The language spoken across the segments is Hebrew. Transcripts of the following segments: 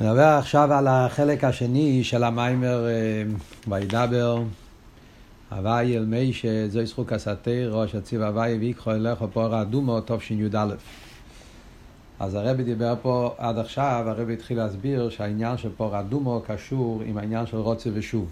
נדבר עכשיו על החלק השני של המיימר וידבר הווי אל מיישה זו ישחוק הסתיר ראש הציב הווי ויקחו אליך פור אדומו טוב שי"א. אז הרבי דיבר פה עד עכשיו, הרבי התחיל להסביר שהעניין של פור אדומו קשור עם העניין של רוצה ושוב.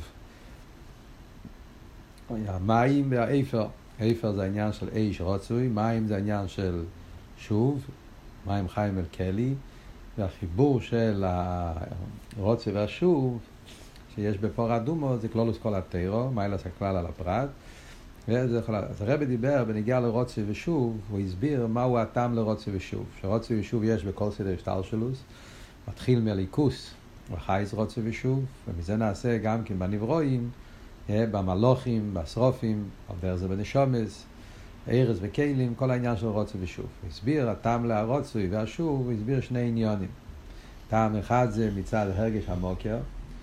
המים והאיפר, איפר זה העניין של איש רוצוי, מים זה העניין של שוב, מים חיים אל כלי, והחיבור של הרוצה והשוב שיש בפור אדומו זה כלולוס כל התירו, מיילס הכלל על הפרט. אז הרבי דיבר בנגיע לרוצה ושוב, הוא הסביר מהו הטעם לרוצה ושוב. שרוצה ושוב יש בכל סדר שטלשלוס, מתחיל מליכוס וחייס רוצה ושוב, ומזה נעשה גם כן בנברואים, במלוכים, בשרופים, עובר זה בנשומס, ארז וכלים, כל העניין של רוצה ושוב. הוא הסביר הטעם לרוצה והשוב, הוא הסביר שני עניונים. טעם אחד זה מצד הרגש המוקר,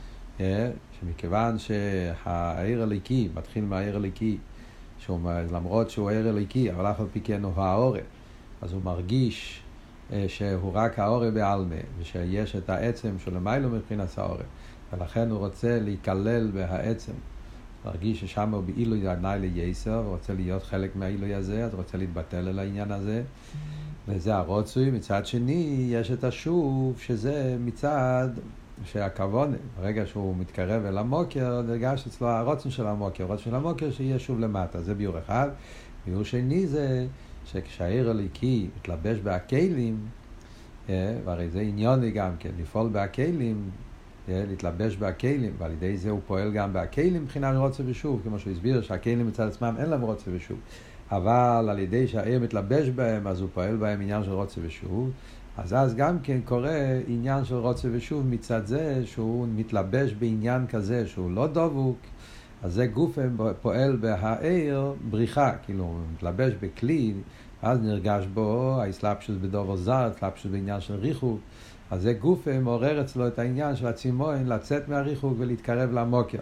שמכיוון שהעיר הליקי, מתחיל מהעיר הליקי, למרות שהוא העיר הליקי, אבל אף על פי כן הוא העורף, אז הוא מרגיש שהוא רק העורף בעלמה, ושיש את העצם שלמיילו מבחינת העורף, ולכן הוא רוצה להיכלל בהעצם, מרגיש ששם הוא באילוי עיני לייסר, הוא רוצה להיות חלק מהאילוי הזה, אז הוא רוצה להתבטל על העניין הזה, וזה הרוצוי. מצד שני יש את השוב, שזה מצד שהכוון, ברגע שהוא מתקרב אל המוקר, נרגש אצלו הרוצן של המוקר, הרוצן של המוקר שיהיה שוב למטה. זה ביור אחד. ביור שני זה שכשהעיר הליקי מתלבש בהכלים, והרי זה עניוני גם כן, לפעול בהכלים, להתלבש בהכלים, ועל ידי זה הוא פועל גם בהכלים מבחינה רוצה ושוב, כמו שהוא הסביר שהכלים מצד עצמם אין להם רוצה ושוב, אבל על ידי שהעיר מתלבש בהם אז הוא פועל בהם עניין של רוצה ושוב. אז גם כן קורה עניין של רוצה ושוב מצד זה שהוא מתלבש בעניין כזה שהוא לא דבוק, אז זה גוף פועל בהעיר בריחה, כאילו הוא מתלבש בכלי, אז נרגש בו האסלאפשוס בדובר זר, אסלאפשוס בעניין של ריחוק, אז זה גוף מעורר אצלו את העניין של הצימון לצאת מהריחוק ולהתקרב למוקר,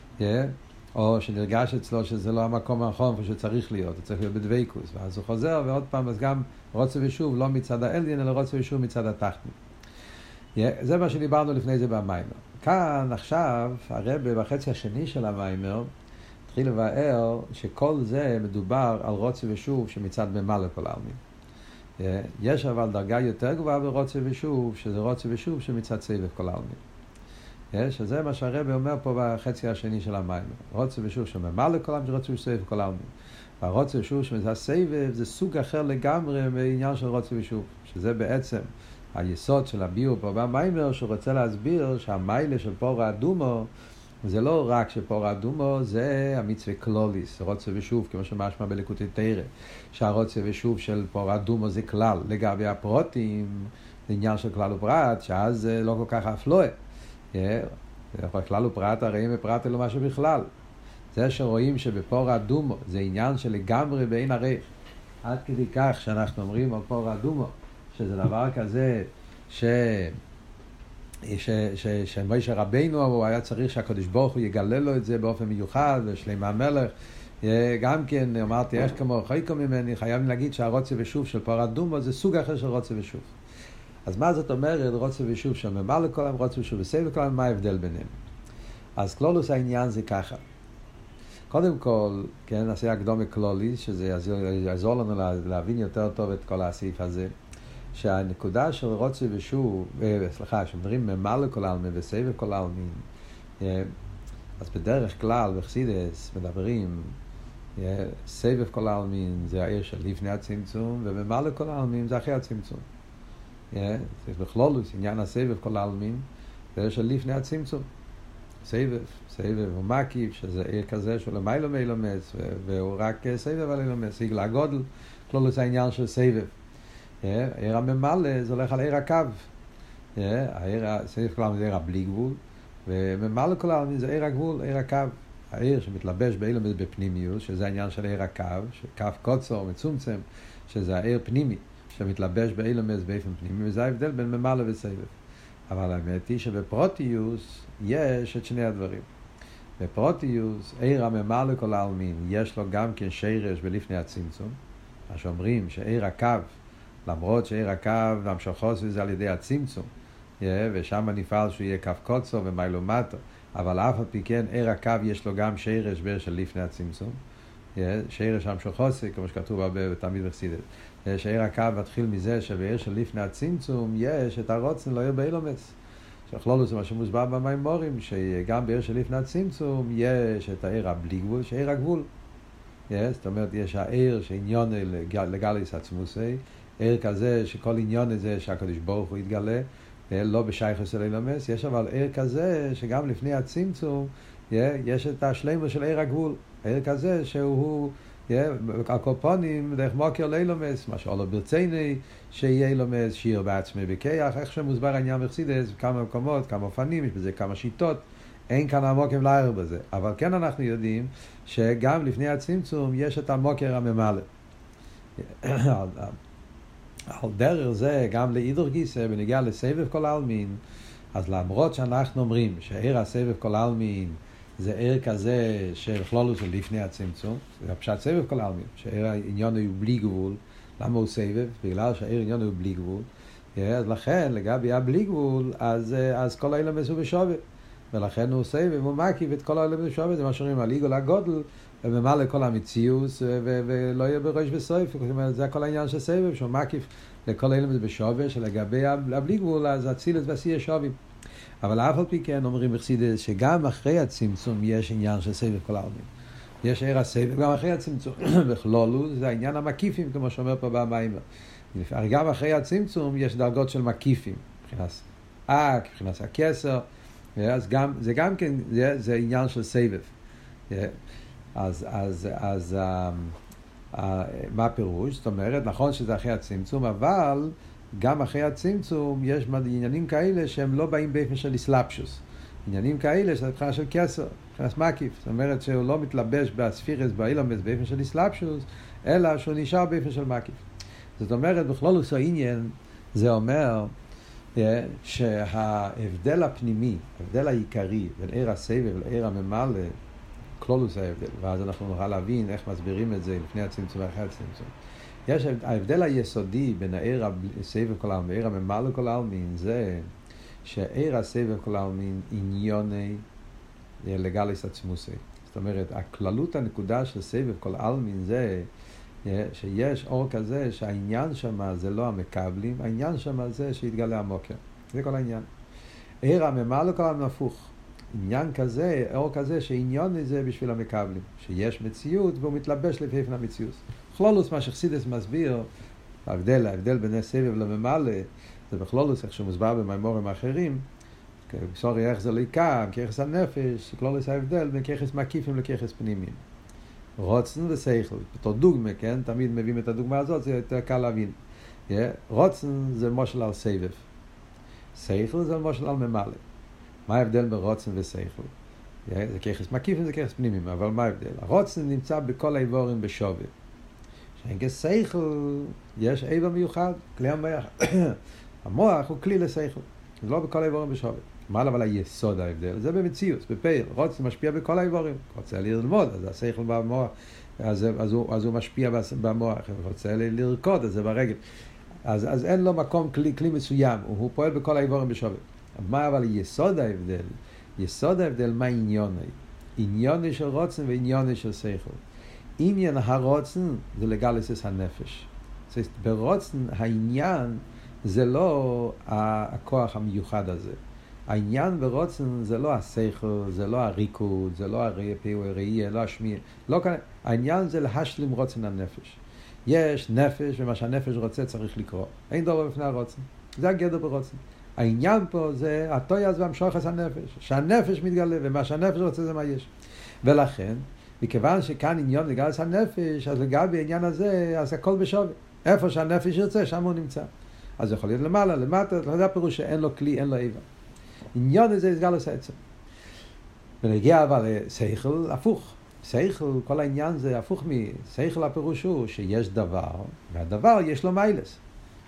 או שנרגש אצלו שזה לא המקום הנכון שצריך להיות, הוא צריך להיות בדוויקוס, ואז הוא חוזר ועוד פעם, אז גם רוצה ושוב לא מצד העליין אלא רוצה ושוב מצד התחתון. זה מה שדיברנו לפני זה במיימר. כאן עכשיו הרבי בחצי השני של המיימר התחיל לבאר שכל זה מדובר על רוצה ושוב שמצד ממלא כל העלמין. יש אבל דרגה יותר גבוהה ברוצה ושוב, שזה רוצה ושוב שמצד סבב כל העלמין. שזה מה שהרבי אומר פה בחצי השני של המיימר. רוצה ושוב שממלא כל העלמין, רוצה ושוב סבב כל העלמין. והרוצה ושוב שמצד סבב זה סוג אחר לגמרי בעניין של רוצה ושוב, שזה בעצם היסוד של הביור פה במיימר, שרוצה להסביר שהמיילה של פור האדומו זה לא רק שפור האדומו, זה המצווה כלוליס, רוצה ושוב, כמו שמשמע בליקוטי תורה, שהרוצה ושוב של פור האדומו זה כלל. לגבי הפרוטים, זה עניין של כלל ופרט, שאז זה לא כל כך אפלואה. כלל ופרט הרי מפרט אלו משהו בכלל. זה שרואים שבפור האדומו זה עניין שלגמרי בין ערך. עד כדי כך שאנחנו אומרים על פור האדומו, שזה דבר כזה שמשה רבינו הוא היה צריך שהקדוש ברוך הוא יגלה לו את זה באופן מיוחד, ושלמה המלך גם כן אמרתי איך כמו חיקו ממני, חייב להגיד שהרוצה ושוב של פור אדומו זה סוג אחר של רוצה ושוב. אז מה זאת אומרת רוצה ושוב של ממלא כל העלמין, רוצה ושוב וסבב כל העלמין, מה ההבדל ביניהם? אז כלולוס העניין זה ככה, קודם כל כן, נעשה הקדומה כלולי שזה יעזור לנו להבין יותר טוב את כל הסעיף הזה, שהנקודה של רוצה ושוב, שמדברים ממלא כל העלמין וסבב כל העלמין, אז בדרך כלל בחסידס מדברים סבב כל העלמין זה העיר של לפני הצמצום, וממלא כל העלמין זה אחרי הצמצום. זה בכלולוס עניין הסבב כל העלמין זה העיר של לפני הצמצום. סבב הוא מקיף, שזה עיר כזה שהוא למיילו מילומץ, והוא רק סבב על אילומץ, עיגל הגודל, כלולוס העניין של סבב. עיר הממלא זה הולך על עיר הקו, סבב כל העלמין זה עיר הבלי גבול, וממלא כל העלמין זה עיר הגבול, עיר הקו. העיר שמתלבש באילומץ בפנימיוס, שזה העניין של עיר הקו, קו קוצר מצומצם, שזה העיר פנימי, שמתלבש באילומץ באופן פנימי, וזה ההבדל בין ממלא וסבב. אבל האמת היא שבפרוטיוס יש את שני הדברים. בפרוטיוס, עיר הממלא כל העלמין, יש לו גם כן שרש בלפני הצמצום, מה שאומרים שעיר הקו, למרות שעיר הקו והמשכוס זה על ידי הצמצום, ושם נפעל שהוא יהיה קו קוצו ומיילו מטו, אבל אף על פי כן עיר הקו יש לו גם שרש בעיר של לפני הצמצום, שרש שם שוחוסי, כמו שכתוב הרבה תמיד בחסידות, שעיר הקו מתחיל מזה שבעיר של לפני הצמצום יש את הרוצן לא יהיה באילומס. שכלולוס זה מה שמוסבר במימורים, שגם בעיר של לפני הצמצום יש את העיר הבלי גבול, שעיר הגבול. זאת אומרת, יש העיר שעניון לגליס עצמוסי, עיר כזה שכל עניון הזה שהקדוש ברוך הוא יתגלה, לא בשייכות של אילומס, יש אבל עיר כזה שגם לפני הצמצום יש את השלמה של עיר הגבול, עיר כזה שהוא הקופונים דרך מוקר לאילומס, מה שעולה ברציני שיהיה אילומס, שיר בעצמי בכיח, איך שמוסבר העניין בחסידות, כמה מקומות, כמה אופנים, יש בזה כמה שיטות, אין כאן המוקר להעיר בזה, אבל כן אנחנו יודעים שגם לפני הצמצום יש את המוקר הממלא. על דרך זה גם לאידור גיסא בנגיע לסבב כל העלמין, אז למרות שאנחנו אומרים שעיר הסבב כל העלמין זה עיר כזה של כלולוס לפני הצמצום, זה פשט סבב כל העלמין, שעיר העניין הוא בלי גבול. למה הוא סבב? בגלל שהעיר העניין הוא בלי גבול, אז לכן לגבי הבלי גבול אז כל האילומס הוא בשווה, ולכן הוא סבב, הוא מקיף את כל האילומס בשווה, זה מה שאומרים על עיגול הגודל וממלא כל המציאות ולא יהיה בראש וסוף. זה כל העניין של סבב, שהוא מקיף לכל האילומס בשווה, שלגבי הבלי גבול אז הצילס ועשייה שווים. אבל אף על פי כן אומרים בחסידות שגם אחרי הצמצום יש עניין של סבב כל העלמין. יש עיר הסבב גם אחרי הצמצום. בכלולוס זה העניין המקיפים, כמו שאומר פה במיימר. גם אחרי הצמצום יש דרגות של מקיפים, מבחינת מבחינת הכסר, אז זה גם כן, זה עניין של סבב. אז מה פירוש? זאת אומרת, נכון שזה אחרי הצמצום, אבל גם אחרי הצמצום יש עניינים כאלה שהם לא באים באופן של אסלאפשוס. עניינים כאלה שזה מבחינה של כסר, מבחינת מקיף. זאת אומרת שהוא לא מתלבש בספירס, באילומס, באופן של אסלאפשוס, אלא שהוא נשאר באופן של מקיף. זאת אומרת, בכלולוס העניין, זה אומר שההבדל הפנימי, ההבדל העיקרי בין עיר הסבב לעיר הממלא, כלולוס ההבדל, ואז אנחנו נוכל להבין איך מסבירים את זה לפני הצמצום ואחרי הצמצום. יש ההבדל היסודי בין העיר הסבב כל העלמין ועיר הממלא כל העלמין, זה שעיר הסבב כל העלמין עניוני לגליס עצמוסי. זאת אומרת, הכללות הנקודה של סבב כל העלמין זה שיש אור כזה שהעניין שמה זה לא המקבלים, העניין שמה זה שהתגלה המוקר. זה כל העניין. עיר הממלא כל העלמין הפוך. עניין כזה, אור כזה שעניון זה בשביל המקבלים. שיש מציאות והוא מתלבש לפי איפן המציאות. בכלולוס מה שחסידס מסביר, ההבדל בין סבב לממלא, זה בכלולוס איך שמוסבר במימורים האחרים, סורי איך זה לא יקם, כיחס הנפש, בכלולוס ההבדל בין כיחס מקיפים לכיחס פנימיים. רוצן ושכל, בתור דוגמה, כן? תמיד מביאים את הדוגמה הזאת, זה יותר קל להבין. רוצן זה מושל על סבב. שכל זה מושל על ממלא. מה ההבדל בין רוצן ושכל? זה כיחס מקיפים, זה כיחס פנימיים, אבל מה ההבדל? הרוצן נמצא בכל האיבורים בשווה. שאין כשכל, יש איבר מיוחד, כלי המוח. המוח הוא כלי לשכל, זה לא בכל האיבורים בשווה. מה אבל היסוד ההבדל? זה במציאות, בפעיל. רוצן משפיע בכל האיבורים. רוצה ללמוד, אז השכל במוח, אז הוא משפיע במוח. רוצה לרקוד, אז זה ברגל. אז אין לו מקום כלי מסוים, הוא פועל בכל האיבורים בשווה. מה אבל יסוד ההבדל? יסוד ההבדל מה עניוני? עניוני של רוצן ועניוני של שכל. עניין הרוצן זה לגליס הנפש. זאת אומרת, ברוצן העניין זה לא הכוח המיוחד הזה. העניין ברוצן זה לא השכל, זה לא הריקוד, זה לא הראייה, לא השמיע. לא כאן, העניין זה להשלים רוצן הנפש. יש נפש ומה שהנפש רוצה צריך לקרוא. אין דבר בפני הרוצן. זה הגדר ברוצן. העניין פה זה התויאז והמשוחס הנפש. שהנפש מתגלה ומה שהנפש רוצה זה מה יש. ולכן, מכיוון שכאן עניין לגליס הנפש, אז לגבי העניין הזה, אז הכל בשווה. איפה שהנפש ירצה, שם הוא נמצא. אז יכול להיות למעלה, למטה, זה הפירוש שאין לו כלי, אין לו איבר. עניין הזה יסגלוס העצם. ונגיע אבל לשכל הפוך. שכל, כל העניין זה הפוך משכל הפירוש הוא שיש דבר, והדבר יש לו מיילס.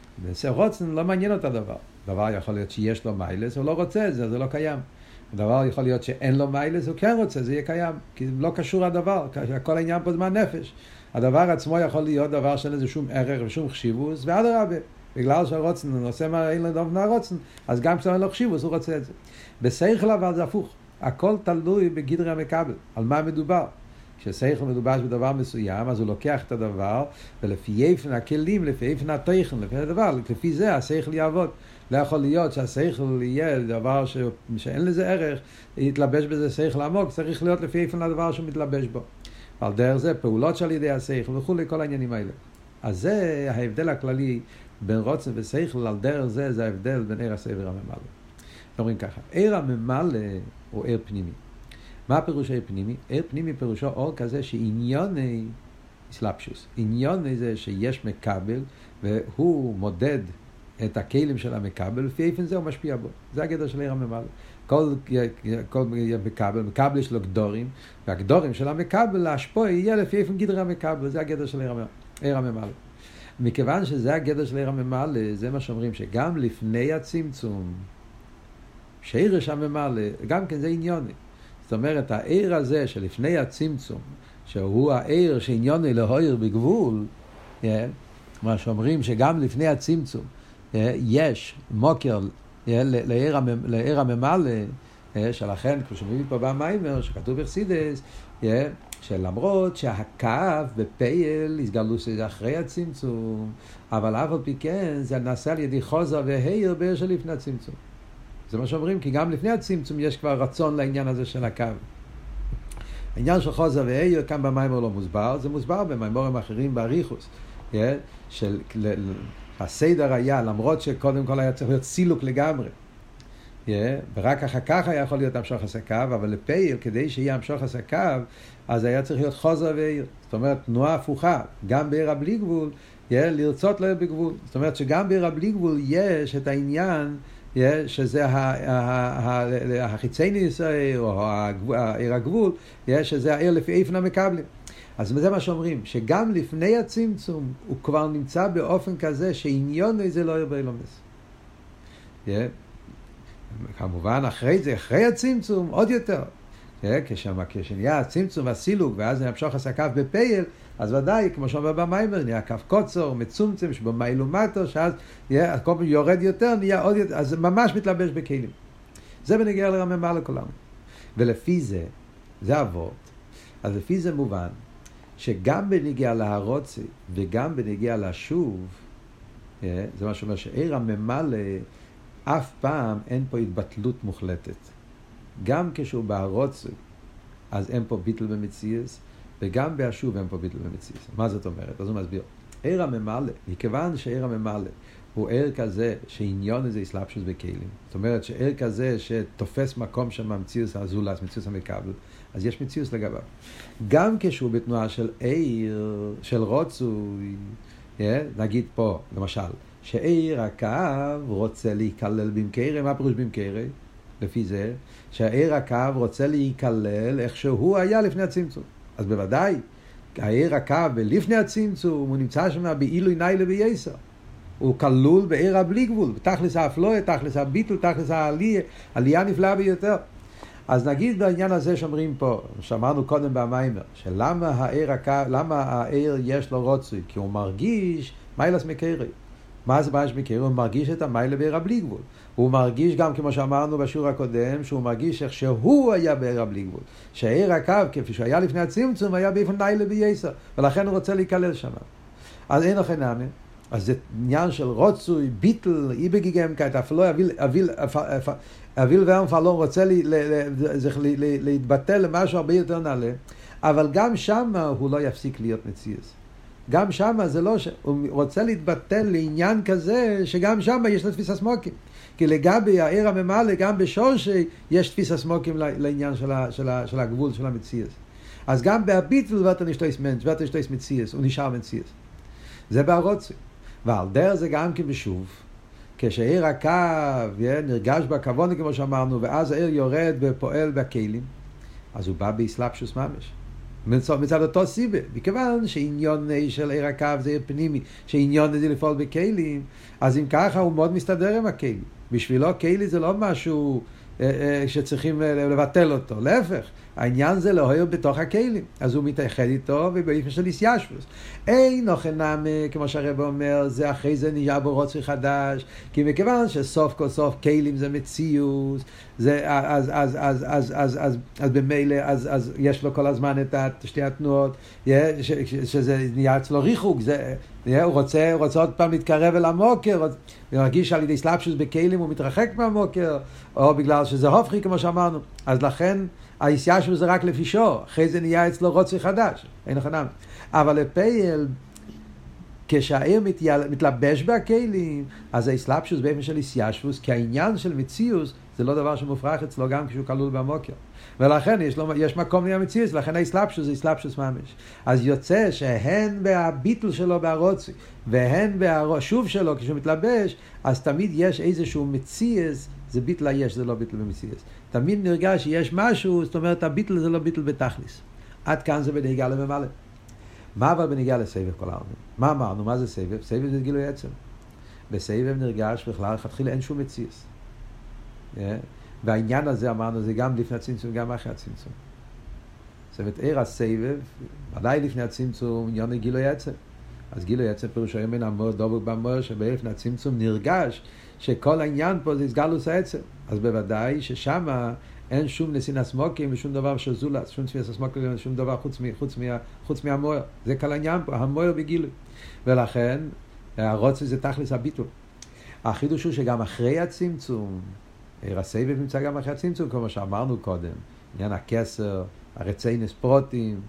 ורוצן לא מעניין אותו דבר. דבר יכול להיות שיש לו מיילס, הוא לא רוצה את זה, זה לא קיים. הדבר יכול להיות שאין לו מיילס, הוא כן רוצה, זה יהיה קיים. כי לא קשור הדבר, כל העניין פה זה מהנפש. הדבר עצמו יכול להיות דבר שאין לזה שום ערך ושום חשיבוס, ואדרבה, בגלל שהרוצן נושא מה אין לו דוב הרוצן, אז גם כשאין לו חשיבוס הוא רוצה את זה. בשכל אבל זה הפוך, הכל תלוי בגדרי המקבל, על מה מדובר. כששכל מדובר בדבר מסוים, אז הוא לוקח את הדבר, ולפי יפן הכלים, לפי יפן התוכן, לפי הדבר, לפי זה השכל יעבוד. לא יכול להיות שהשכל יהיה דבר שאין לזה ערך, יתלבש בזה שכל עמוק, צריך להיות לפי יפן הדבר שהוא מתלבש בו. ועל דרך זה פעולות שעל ידי השכל וכו' כל העניינים האלה. אז זה ההבדל הכללי בין רוצן ושכל, על דרך זה, זה ההבדל בין עיר הסבר הממלא. אומרים ככה, עיר הממלא הוא עיר פנימי. מה פירוש עיר פנימי? עיר פנימי פירושו אור כזה שעניוני סלאפשוס. עניוני זה שיש מקבל והוא מודד את הכלים של המקבל, לפי איפן זה הוא משפיע בו. זה הגדר של עיר הממלא. כל מקבל יש לו גדורים, והגדורים של המקבל להשפוע יהיה לפי איפן גדר המקבל. זה הגדר של עיר הממלא. מכיוון שזה הגדר של עיר הממלא, זה מה שאומרים שגם לפני הצמצום, שעיר הממלא, גם כן זה עניוני. זאת אומרת, העיר הזה שלפני הצמצום, שהוא העיר שעניוני להויר בגבול, מה שאומרים שגם לפני הצמצום, יש מוקר לעיר הממלא, שלכן, כמו שמביא פה במיימר, שכתוב בחסידס, שלמרות שהקו בפייל הסגלו שזה אחרי הצמצום, אבל אף על פי כן זה נעשה על ידי חוזר והעיר בעיר שלפני הצמצום. זה מה שאומרים, כי גם לפני הצמצום יש כבר רצון לעניין הזה של הקו. העניין של חוזר והעיר כאן במיימר לא מוסבר, זה מוסבר במיימורים אחרים באריכוס, של הסדר היה, למרות שקודם כל היה צריך להיות סילוק לגמרי, ורק אחר כך היה יכול להיות המשוך הסקו, אבל לפייל, כדי שיהיה המשוך הסקו, אז היה צריך להיות חוזר ועיר. זאת אומרת, תנועה הפוכה, גם בעיר הבלי גבול, לרצות לא בגבול. זאת אומרת שגם בעיר הבלי גבול יש את העניין, שזה החיצי ניסיון, או העיר הגבול, שזה העיר לפי איפן המקבלים. אז זה מה שאומרים, שגם לפני הצמצום, הוא כבר נמצא באופן כזה, שעניון זה לא ירבה לומס. כמובן אחרי זה, אחרי הצמצום, עוד יותר. כשנהיה הצמצום והסילוק, ואז נמשוך הסקף בפייל, אז ודאי, כמו שאומר במיימר, נהיה קו קוצר, מצומצם, שבו מיילומטו, שאז כל פעם יורד יותר, נהיה עוד יותר, אז ממש מתלבש בכלים. זה בנגיע לרממה לכולם. ולפי זה, זה אבות, אז לפי זה מובן, שגם בנגיע להרוצה, וגם בנגיע לשוב, זה מה שאומר שעיר הממלא, אף פעם אין פה התבטלות מוחלטת. גם כשהוא בהרוצה, אז אין פה ביטל במציאס, וגם בהשוב אין פה ביטל במציאס. מה זאת אומרת? אז הוא מסביר. עיר הממלא, מכיוון שעיר הממלא הוא עיר כזה שעניון איזה אסלאפשוס בכלים. זאת אומרת שעיר כזה שתופס מקום שם המציאס הזולס, מציאס המקבל, אז יש מציאס לגביו. גם כשהוא בתנועה של עיר, של רוצוי, נגיד פה, למשל, שעיר הקו רוצה להיכלל במקרה, מה פירוש במקרה? לפי זה, שהעיר הקו רוצה להיכלל איך שהוא היה לפני הצמצום. אז בוודאי, העיר הקו לפני הצמצום, הוא נמצא שם באילוי ניילה בייסר. הוא כלול בעיר הבלי גבול, תכלס האפלואה, תכלס הביטול, תכלס העלייה נפלאה ביותר. אז נגיד בעניין הזה שאומרים פה, שאמרנו קודם במיימר, שלמה העיר יש לו רוצוי? כי הוא מרגיש מיילס מקרי. מה זה בעיה שמכיר? הוא מרגיש את המיילה בעיר הבלי גבול. הוא מרגיש גם, כמו שאמרנו בשיעור הקודם, שהוא מרגיש איך שהוא היה בעיר הבלי גבול. שהעיר הקו, כפי שהוא היה לפני הצמצום, היה באיפן ניילה בייסר. ולכן הוא רוצה להיכלל שם. אז אין לכם נאמן. אז זה עניין של רוצוי, ביטל, אי בגיגמקה, אפילו אביל ואמפלון רוצה להתבטל למשהו הרבה יותר נעלה. אבל גם שם הוא לא יפסיק להיות מציאס. גם שם זה לא הוא רוצה להתבטל לעניין כזה שגם שם יש לו תפיסה סמוקים. כי לגבי העיר הממלא, גם בשורשי יש תפיסה סמוקים לעניין של הגבול של המציאס. אז גם בהביטל ואתה נשתויס מנש, ואתה נשתויס מציאס, הוא נשאר מציאס. זה בהרוצה. ועל דרך זה גם כן בשוב. כשעיר הקו נרגש בכוונה כמו שאמרנו, ואז העיר יורד ופועל בכלים, אז הוא בא באסלאפשוס ממש. מצד אותו סיבה, מכיוון שעניון של עיר הקו זה עיר פנימי, שעניון זה לפעול בכלים, אז אם ככה הוא מאוד מסתדר עם הכלים. בשבילו כלי זה לא משהו שצריכים לבטל אותו. להפך, העניין זה לא להיות בתוך הכלים. אז הוא מתאחד איתו ובאופן של איסיישבוס. אין אוכנם, כמו שהרב אומר, זה אחרי זה נהיה בו רוצוי חדש, כי מכיוון שסוף כל סוף כלים זה מציאות, אז במילא, אז יש לו כל הזמן את שתי התנועות, שזה נהיה אצלו ריחוק, הוא רוצה עוד פעם להתקרב אל המוקר, הוא מרגיש על ידי סלאפשוס בכלים, הוא מתרחק מהמוקר, או בגלל שזה הופכי כמו שאמרנו. אז לכן האיסיישבוס זה רק לפי שור, אחרי זה נהיה אצלו רוצוי חדש, אין לכם. אבל לפייל, כשהעיר מתלבש בהכלים, אז האסלאפשוס באופן של איסיישבוס, כי העניין של מציאוס זה לא דבר שמופרח אצלו גם כשהוא כלול במוקר. ולכן יש מקום להמציאוס, לכן האסלאפשוס זה אסלאפשוס ממש. אז יוצא שהן בהביטל שלו בהרוצי, והן בשוב שלו כשהוא מתלבש, אז תמיד יש איזשהו מציאוס, זה ביטל היש, זה לא ביטל במציאוס. תמיד נרגש שיש משהו, זאת אומרת הביטל זה לא ביטל בתכליס. עד כאן זה בנהיגה לממלא. מה אבל בנהיגה לסבב כל העלמין? מה אמרנו? מה זה סבב? סבב זה גילוי עצם. בסבב נרגש בכלל, לכתחילה אין שום מציאוס. והעניין הזה אמרנו, זה גם לפני הצמצום, גם אחרי הצמצום. זאת אומרת, עיר הסבב, ודאי לפני הצמצום, עניין גילוי עצם. אז גילוי עצם פירושו ימין המור, דובוק במור, שבעיר לפני הצמצום נרגש, שכל העניין פה זה הסגלוס העצם. אז בוודאי ששמה אין שום נסינס מוקים ושום דבר שזולס, שום תפיסס מוקים ושום דבר חוץ מהמויר. זה כל העניין פה, המויר בגילוי. ולכן, הרוצה זה תכלס הביטול. החידוש הוא שגם אחרי הצמצום, הסבב נמצא גם אחרי הצמצום, כמו שאמרנו קודם, עניין הכסר, הרציינס פרוטים,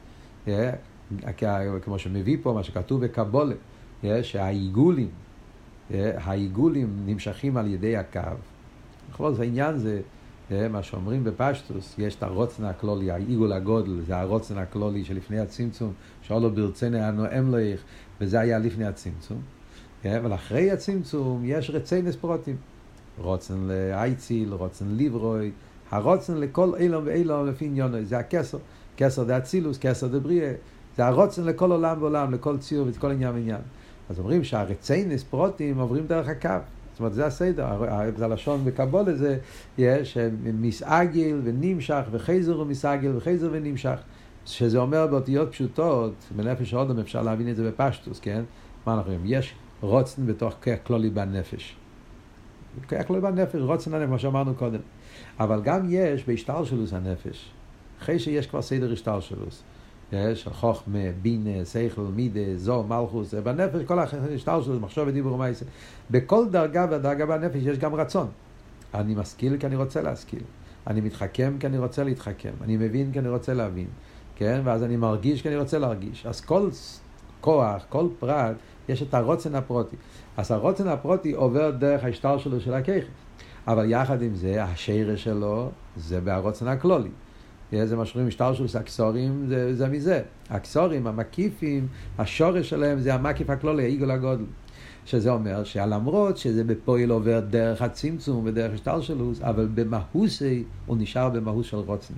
כמו שמביא פה, מה שכתוב בקבולה, שהעיגולים, העיגולים נמשכים על ידי הקו. בכל זאת, העניין זה, מה שאומרים בפשטוס, יש את הרוצן הכלולי, העיגול הגודל, זה הרוצן הכלולי שלפני הצמצום, שאולו ברצנה הנועם לך, וזה היה לפני הצמצום. אבל אחרי הצמצום יש רציינס פרוטים. רוצן לאייציל, רוצן ליברוי, הרוצן לכל אילום ואילום לפי עניונו, זה הכסר, כסר דה אצילוס, כסר דה בריאה, זה הרוצן לכל עולם ועולם, לכל ציור וכל עניין ועניין. אז אומרים שהרציינס פרוטים עוברים דרך הקו, זאת אומרת זה הסדר, זה הלשון בקבולה זה, יש מסעגל ונמשך וחזר ומסעגל וחזר ונמשך, שזה אומר באותיות פשוטות, בנפש האדם אפשר להבין את זה בפשטוס, כן? מה אנחנו אומרים? יש רוצן בתוך כלולי בנפש. כלולי בנפש, רוצן הנפש, מה שאמרנו קודם. אבל גם יש בהשתלשלוס הנפש, אחרי שיש כבר סדר השתלשלוס, יש חוכמה, בינה, שכל, מידה, זו, מלכוס, בנפש, כל ההשתלשלוס, מחשוב ודיבור ומעשה. בכל דרגה ודרגה בנפש יש גם רצון. אני משכיל כי אני רוצה להשכיל. אני מתחכם כי אני רוצה להתחכם. אני מבין כי אני רוצה להבין. כן? ואז אני מרגיש כי אני רוצה להרגיש. אז כל כוח, כל פרט, יש את הרוצן הפרוטי. אז הרוצן הפרוטי עובר דרך ההשתלשלות של הכיח. אבל יחד עם זה, השרש שלו, זה בהרוצן הכלולי. זה מה שאומרים, השתלשלות הקסורים, זה מזה. הקסורים, המקיפים, השורש שלהם, זה המקיף הכלולי, העיגול הגודל. שזה אומר שלמרות שזה בפועל עובר דרך הצמצום ודרך השתלשלות, אבל במהוסי הוא נשאר במהוס של רוצן.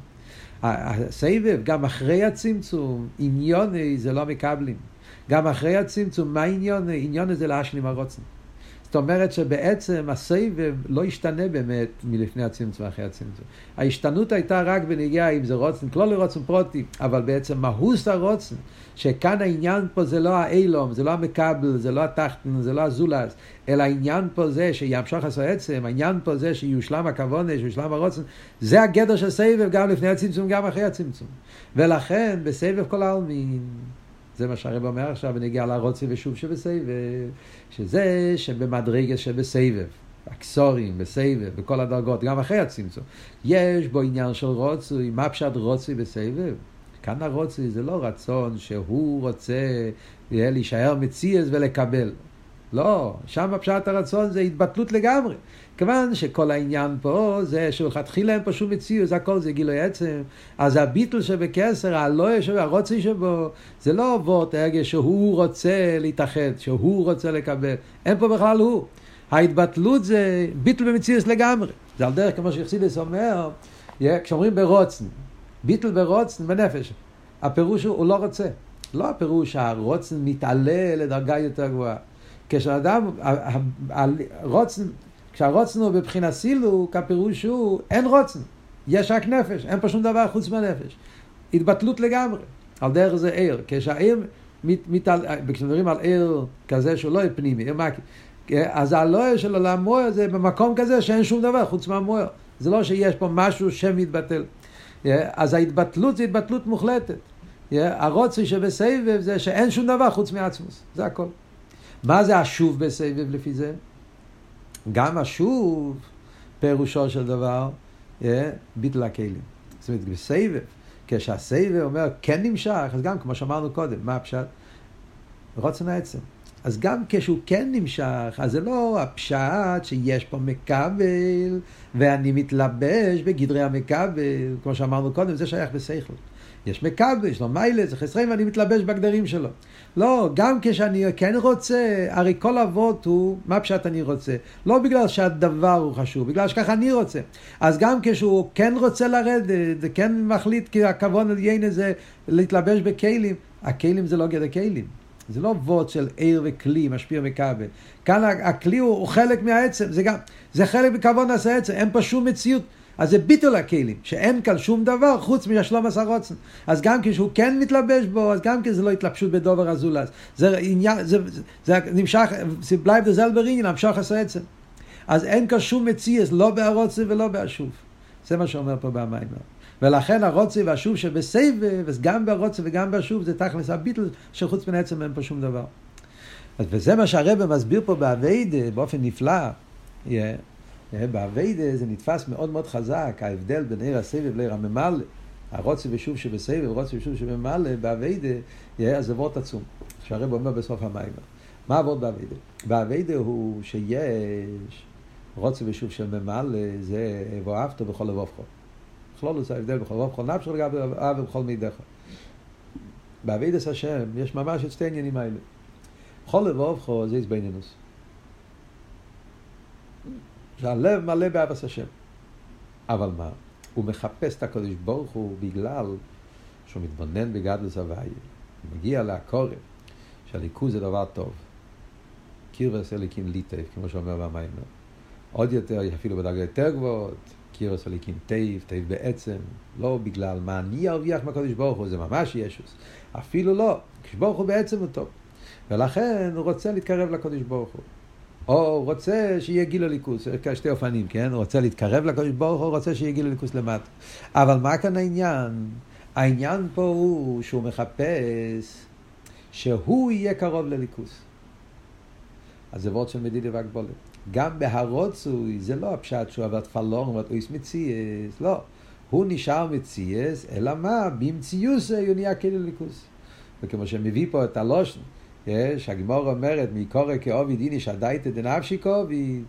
הסבב, גם אחרי הצמצום, עניוני זה לא מקבלים. גם אחרי הצמצום, מה עניוני? עניוני זה להשלים הרוצן. זאת אומרת שבעצם הסבב לא השתנה באמת מלפני הצמצום ואחרי הצמצום. ההשתנות הייתה רק בנגיעה אם זה רוצן, כלול רוצן פרוטי, אבל בעצם מהוס הרוצן, שכאן העניין פה זה לא האילום, זה לא המקבל, זה לא התחתן, זה לא הזולס, אלא העניין פה זה שימשוך עשו עצם, העניין פה זה שיושלם הכוונה, שיושלם הרוצן, זה הגדר של סבב גם לפני הצמצום, גם אחרי הצמצום. ולכן בסבב כל העלמין, זה מה שהרב אומר עכשיו, ונגיע לרוצי ושוב שבסבב, שזה שבמדרגה שבסבב, הקסורים, בסבב, בכל הדרגות, גם אחרי הצמצום, יש בו עניין של רוצי, מה פשט רוצי בסבב? כאן הרוצי זה לא רצון שהוא רוצה להישאר מציאס ולקבל. לא, שם פשט הרצון זה התבטלות לגמרי. כיוון שכל העניין פה זה שלכתחילה אין פה שום מציאוס, הכל זה גילוי עצם. אז הביטול שבקסר, הרוצי שבו, זה לא עבוד הרגע שהוא רוצה להתאחד, שהוא רוצה לקבל. אין פה בכלל הוא. ההתבטלות זה ביטול במציאוס לגמרי. זה על דרך כמו שחסידס אומר, כשאומרים ברוצן, ביטול ברוצן בנפש. הפירוש הוא לא רוצה. לא הפירוש שהרוצן מתעלה לדרגה יותר גבוהה. כשאדם, הרוצן, כשהרוצן הוא בבחינת סילוק, הפירוש הוא, אין רוצן, יש רק נפש, אין פה שום דבר חוץ מהנפש. התבטלות לגמרי, על דרך זה עיר, כשהעיר, כשמדברים על עיר כזה שהוא לא פנימי, אז הלואה של עולם מויר זה במקום כזה שאין שום דבר חוץ מהמויר. זה לא שיש פה משהו שמתבטל. אז ההתבטלות זה התבטלות מוחלטת. הרוצי שבסבב זה שאין שום דבר חוץ מעצמוס. זה הכל. מה זה השוב בסבב לפי זה? גם השוב פירושו של דבר ביטל הכלים. זאת אומרת בסבב, כשהסבב אומר כן נמשך, אז גם כמו שאמרנו קודם, מה הפשט? רוצן העצם. אז גם כשהוא כן נמשך, אז זה לא הפשט שיש פה מקבל ואני מתלבש בגדרי המקבל, כמו שאמרנו קודם, זה שייך בשכל. יש מקבל, יש לו מיילה, זה חסרים ואני מתלבש בגדרים שלו. לא, גם כשאני כן רוצה, הרי כל אבות הוא, מה פשט אני רוצה? לא בגלל שהדבר הוא חשוב, בגלל שככה אני רוצה. אז גם כשהוא כן רוצה לרדת, זה כן מחליט כי הכוון עליין זה להתלבש בכלים, הכלים זה לא גדר כלים. זה לא ווד של עיר וכלי, משפיע מקבל. כאן הכלי הוא חלק מהעצם, זה חלק בכוון עשה עצם, אין פה שום מציאות. אז זה ביטול הכלים, שאין כאן שום דבר חוץ מהשלום הסרוצן. אז גם כשהוא כן מתלבש בו, אז גם כשזה לא התלבשות בדובר הזולס. זה נמשך, זה בלייב דזלבר עניין, נמשך עשה עצם. אז אין כאן שום מציאות, לא בהרוצה ולא בהשוב. זה מה שאומר פה במים. ולכן הרוצה והשוב שבסבב, גם ברוצה וגם בשוב, זה תכלס הביטל שחוץ מן עצם אין פה שום דבר. וזה מה שהרבא מסביר פה בעבודה באופן נפלא. בעבודה זה נתפס מאוד מאוד חזק, ההבדל בין עיר הסבב לעיר הממלא. הרוצה ושוב שבסבב, הרוצה ושוב שבממלא, בעבודה, אז זה וורט עצום. שהרבא אומר בסוף המים. מה עבוד בעבודה? בעבודה הוא שיש רוצה ושוב של ממלא, זה ואהבת בכל לבבך. בכלול זה ההבדל בכל לבבך, נפשך לגבי אהב ובכל מידך. בעבודת השם יש ממש את שתי עניינים האלה. בכל לבבך זה התבוננות. שהלב מלא באהבת השם. אבל מה? הוא מחפש את הקדוש ברוך הוא בגלל שהוא מתבונן בגדלות הוויה. הוא מגיע להכרת שהליכוז זה דבר טוב. קירבס אלוקים ליטב, כמו שאומר במים. עוד יותר, אפילו בדרגות יותר גבוהות, קירבס אלוקים טייב בעצם, לא בגלל מה אני ארוויח מהקדוש ברוך הוא, זה ממש ישוס. אפילו לא, הקדוש ברוך הוא בעצם הוא טוב. ולכן הוא רוצה להתקרב לקדוש ברוך הוא. או רוצה שיהיה גיל הליכוס, שתי אופנים, כן? הוא רוצה להתקרב לקדוש ברוך הוא, רוצה שיהיה גיל הליכוס למטה. אבל מה כאן העניין? העניין פה הוא שהוא מחפש שהוא יהיה קרוב לליכוס. אז זה וורט של מדידה והגבולת. גם בהרוצוי, זה לא הפשט שהוא עבד פלורם, הוא יש מציאס, לא. הוא נשאר מציאס, אלא מה? במציאוס הוא נהיה כאילו ליכוס. וכמו שמביא פה את הלושן, שהגמור אומרת, מקורא כאוביד איניש הדייתא דנפשי כאוביד,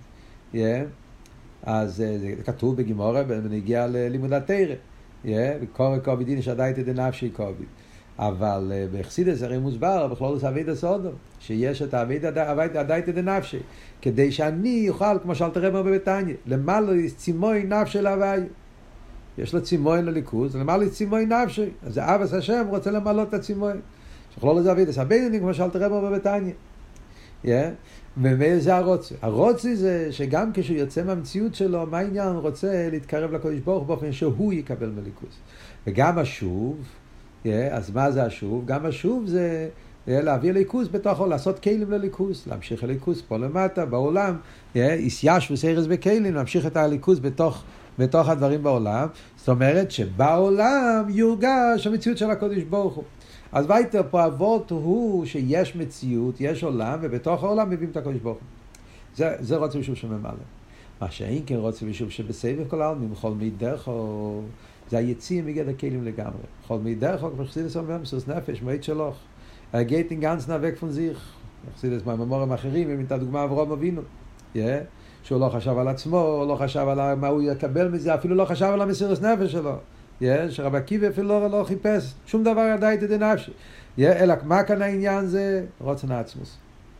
אז זה כתוב בגמור, בנגיע ללימוד התורה. קורא כאוביד איניש הדייתא דנפשי כאוביד. אבל בחסידות הרי מוסבר, בכלול זה אבידה סודום, שיש את הדייתא דנפשי, כדי שאני אוכל, כמו שאלתר רבי אומר בתניא, למלא צימוי נפשי להוויה. יש לו צימוי לליכוז, למלא צימוי נפשי. אז אבס השם רוצה למלא את הצימוי. שכלול לזה אבידה סבידני, כמו שאלתר רבי אומר בתניא. ומאיזה זה הרוצה? הרוצה זה שגם כשהוא יוצא מהמציאות שלו, מה העניין? הוא רוצה להתקרב לקדוש ברוך הוא באופן שהוא יקבל מליכוז. וגם השוב, אז מה זה השוב? גם השוב זה להביא ליכוס בתוכו, לעשות כלים לליכוס, להמשיך הליכוס פה למטה, בעולם, ישייש וסיירס בכלים, להמשיך את הליכוס בתוך הדברים בעולם. זאת אומרת שבעולם יורגש המציאות של הקדוש ברוך הוא. אז ויתר פה אבות הוא שיש מציאות, יש עולם, ובתוך העולם מביאים את הקדוש ברוך הוא. זה רוצה ושוב שממלא. מה שאין כן רוצה ושוב שבסבב כל העלמין, בכל מידךו, זה היציאים מגדר כלים לגמרי. בכל מידךו, כמו חסידס אומר, מסוס נפש, מועד שלוך. גייטן גנץ נאבק פון זיך. חסידס מהממורים האחרים, הם את הדוגמה אברהם אבינו. שהוא לא חשב על עצמו, לא חשב על מה הוא יקבל מזה, אפילו לא חשב על המסירות נפש שלו. שרבי עקיבא אפילו לא חיפש שום דבר דייתא דנפשי. אלא מה כאן העניין זה? רוצן העצמוס.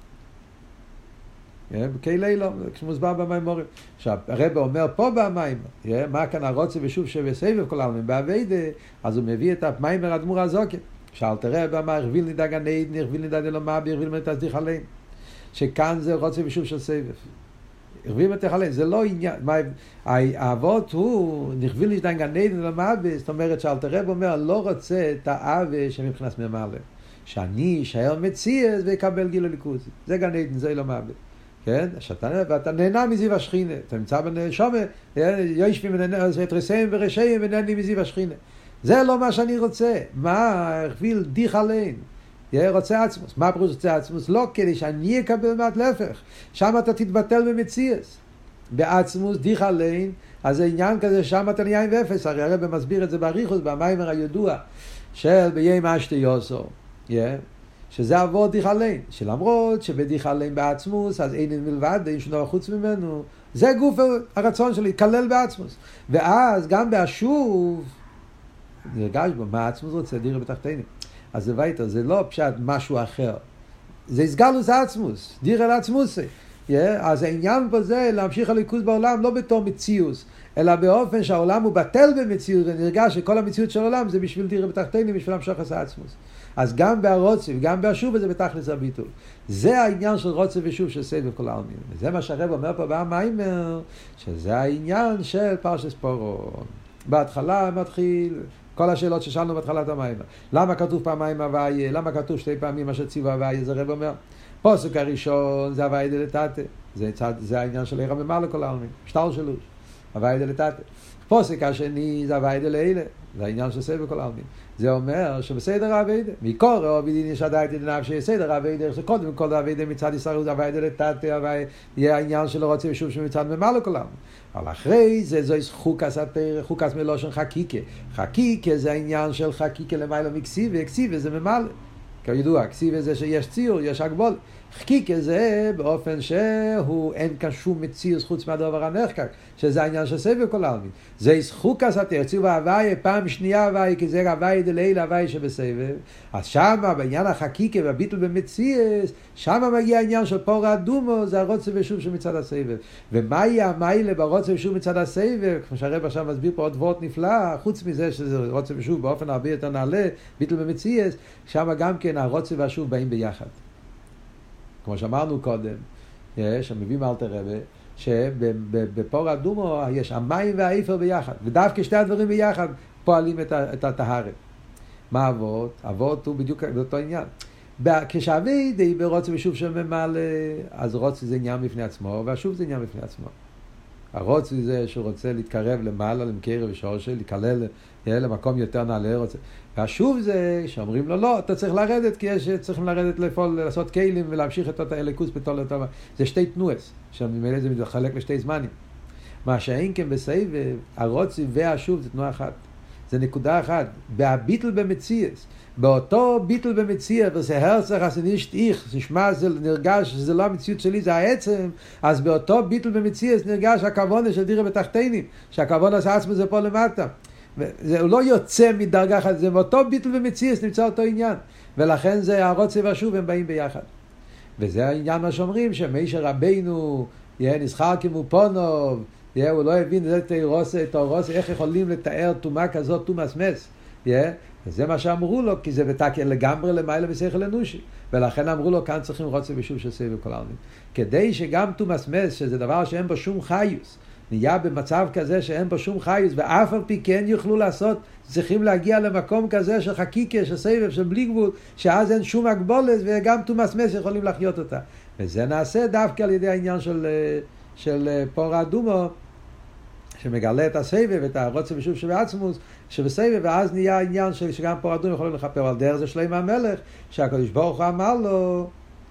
בכלי לא, כשמוסבר במימורים. עכשיו, הרב אומר פה במימור, מה כאן הרוצה ושוב שבסבב כל העלמין בעבודה, אז הוא מביא את המימור אדמו"ר הזוקן. שאלתר רב אמר, הרביל נידע גן עדן, הרביל נידע דלומבי, הרביל נידע תסדיך עליהם. שכאן זה רוצה ושוב של סבב. הרביל מתחלל, זה לא עניין, האבות הוא, נכביל נשדן גן עדן למעבה, זאת אומרת שאלתר רב אומר, לא רוצה את האווה שמבחינת ממלא, שאני אשאר מציאס ויקבל גילוי ליכוז, זה גן עדן, זה לא מעבה. כן? ואתה נהנה מזיו השכינה, אתה נמצא בנשומה, יושבים את רסיים ורשעים ונהנים מזיו השכינה. זה לא מה שאני רוצה. מה? הרביל דיך עליין. רוצה עצמוס. מה פרוש רוצה עצמוס? לא כדי שאני אקבל מעט להפך. שם אתה תתבטל במציאס. בעצמוס דיך עליין, אז זה עניין כזה, שם אתה נהיה עם ואפס. הרי הרב מסביר את זה באריכות, במיימר הידוע, של ביים אשתי יוסו. שזה אבות דיך עליין. שלמרות שבדיך עליין בעצמוס, אז אין מלבד, אין שום דבר חוץ ממנו. זה גוף הרצון שלי, כלל בעצמוס. ואז גם בהשוב, נרגש בו, מה עצמוס רוצה? דירה בתחתינים. אז זה וייטר, זה לא פשט משהו אחר. זה הסגלוס עצמוס, דירה לעצמוסי. אז העניין פה זה להמשיך הליכוז בעולם לא בתור מציאוס, אלא באופן שהעולם הוא בטל במציאות, ונרגש שכל המציאות של העולם זה בשביל דירה בתחתינים, בשביל המשוך עשה עצמוס. אז גם בהרוצה וגם בהשוב זה בתכלס הביטול. זה העניין של רוצה ושוב של סבב כל העלמין. וזה מה שהרב אומר פה במיימר, שזה העניין של פרשת פורו. בהתחלה מתחיל כל השאלות ששאלנו בהתחלת המיימר. למה כתוב פעמיים הוויה? למה כתוב שתי פעמים מה שציוו הוויה? זה הרב אומר. פסוק הראשון זה הוויה דלתתא. זה העניין של עיר הממלא כל העלמין. שטר שלוש. הוויה דלתתא. פסוק השני זה הוויה דלילה. זה העניין של סבב כל העלמין. זה אומר שבסדר העבודה, מקור עובדין יש עדיין דנב שסדר העבודה, שקודם כל העבודה מצד ישראל זה העבודה לתתא, יהיה העניין שלא רוצה ושוב שמצד ממלא כל העלמין. אבל אחרי זה זו חוקס התורה, חוקס מלושן חקיקה. חקיקה זה העניין של חקיקה למעלה מקסיבה, קסיבה זה ממלא. כידוע, קסיבה זה שיש ציור, יש הגבול. חקיקה זה באופן שהוא אין כאן שום מציאות חוץ מהדבר הנחקק, שזה העניין של סבב כל העלמין. זה חוקס התורה, ציור והוויה, פעם שנייה הוויה, כי זה הוויה דלילה, הוויה שבסבב. אז שמה בעניין החקיקה והביטול במציאות, שמה מגיע העניין של פור אדומו, זה הרוצה ושוב שמצד הסבב. ומה יהיה המיילה ברוצה ושוב מצד הסבב? כמו שהרב עכשיו מסביר פה עוד וורט נפלא, חוץ מזה שזה רוצה ושוב באופן הרבה יותר נעלה, ביטול במציאות, שמה גם כן הרוצה והשוב באים ביחד. כמו שאמרנו קודם, שמביאים אלתר רבי, שבפור אדומו יש המים והאיפר ביחד, ודווקא שתי הדברים ביחד פועלים את הטהרת. מה אבות? אבות הוא בדיוק באותו עניין. כשאבי די ברוצה ושוב שממלא, אז רוצה זה עניין בפני עצמו, והשוב זה עניין בפני עצמו. הרוצה זה שהוא רוצה להתקרב למעלה, למקרב ושורשל, להיכלל למקום יותר נעלה, רוצה. והשוב זה שאומרים לו, לא, אתה צריך לרדת, כי צריכים לרדת לפעול, לעשות כלים ולהמשיך את הליכוס בתור לטובה. זה שתי תנועס, שממילא זה מתחלק לשתי זמנים. מה שאין כן בסבב, הרוצה והשוב זה תנועה אחת. זה נקודה אחת. בהביטל במציאס, באותו ביטל במציאס, וזה הרצח, אז נישט איך, נשמע, זה נרגש, שזה לא המציאות שלי, זה העצם, אז באותו ביטל במציאס נרגש הכוונה של דירה בתחתינים, שהכוונה עשה עצמו זה פה למטה. הוא לא יוצא מדרגה אחת, זה באותו ביטל במציאס נמצא אותו עניין, ולכן זה הרוצה והשוב, הם באים ביחד. וזה העניין מה שאומרים, שמשה רבינו נזכר כמופונוב, הוא לא הבין את תאורוסה, איך יכולים לתאר תומה כזאת, תומאס מס. זה מה שאמרו לו, כי זה בתקיה לגמרי למעלה בשכל אנושי. ולכן אמרו לו, כאן צריכים רוצה ושוב של סבב כל העלמין. כדי שגם תומאס מס, שזה דבר שאין בו שום חיוס, נהיה במצב כזה שאין בו שום חיוס, ואף על פי כן יוכלו לעשות, צריכים להגיע למקום כזה של חקיקה, של סבב, של בלי גבול, שאז אין שום הגבולת, וגם תומאס מס יכולים לחיות אותה. וזה נעשה דווקא על ידי העניין של פור אדומו, שמגלה את הסבב, את הרוצה ושוב שבעצמוס, שבסבב, ואז נהיה העניין שגם פור אדומו יכולים לחפר על דרך זה שלמה המלך, שהקדוש ברוך הוא אמר לו,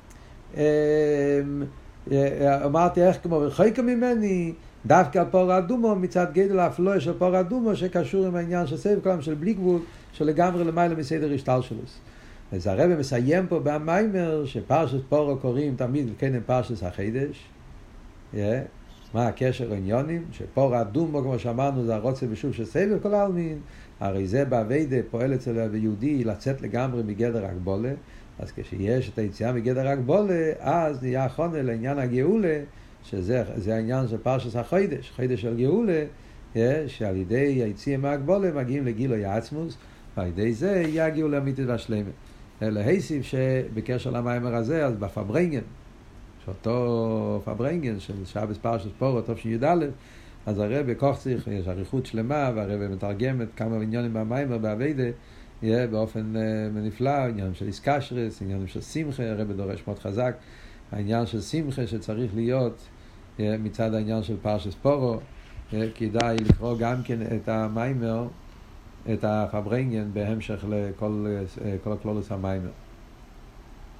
אמרתי איך כמו וחיקה ממני, דווקא על פור אדומו, מצד גדל האפלואה של פור אדומו, שקשור עם העניין של סבב כלם של בלי גבול, שלגמרי למעלה מסדר השתל שלו. אז הרב מסיים פה במיימר, שפרשת פורו קוראים תמיד, וכן הם פרשת החידש, מה הקשר העניונים? שפור אדומו, כמו שאמרנו, זה הרוצה ושוב של סבב כל העלמין, הרי זה בעבודה פועל אצל היהודי לצאת לגמרי מגדר הגבולה, אז כשיש את היציאה מגדר הגבולה, אז נהיה חונה לעניין הגאולה, שזה העניין של פרשת החידש, חידש של גאולה, שעל ידי היציאה מהגבולה מגיעים לגילוי העצמוס, ועל ידי זה יהיה הגאולה האמיתית והשלמה. להוסיף שבקשר למיימר הזה, אז בפברנגן, אותו פברנגן של שבס פרשת פורו, טוב שי"א, אז הרב קוחציך, יש אריכות שלמה, והרב מתרגם את כמה עניינים במיימר, בעבודה, יהיה באופן נפלא, עניינים של איסקשרס, עניינים של שמחה, הרב דורש מאוד חזק, העניין של שמחה שצריך להיות מצד העניין של פרשת פורו, כדאי לקרוא גם כן את המיימר, את הפברנגן בהמשך לכל הכלולוס המיימר.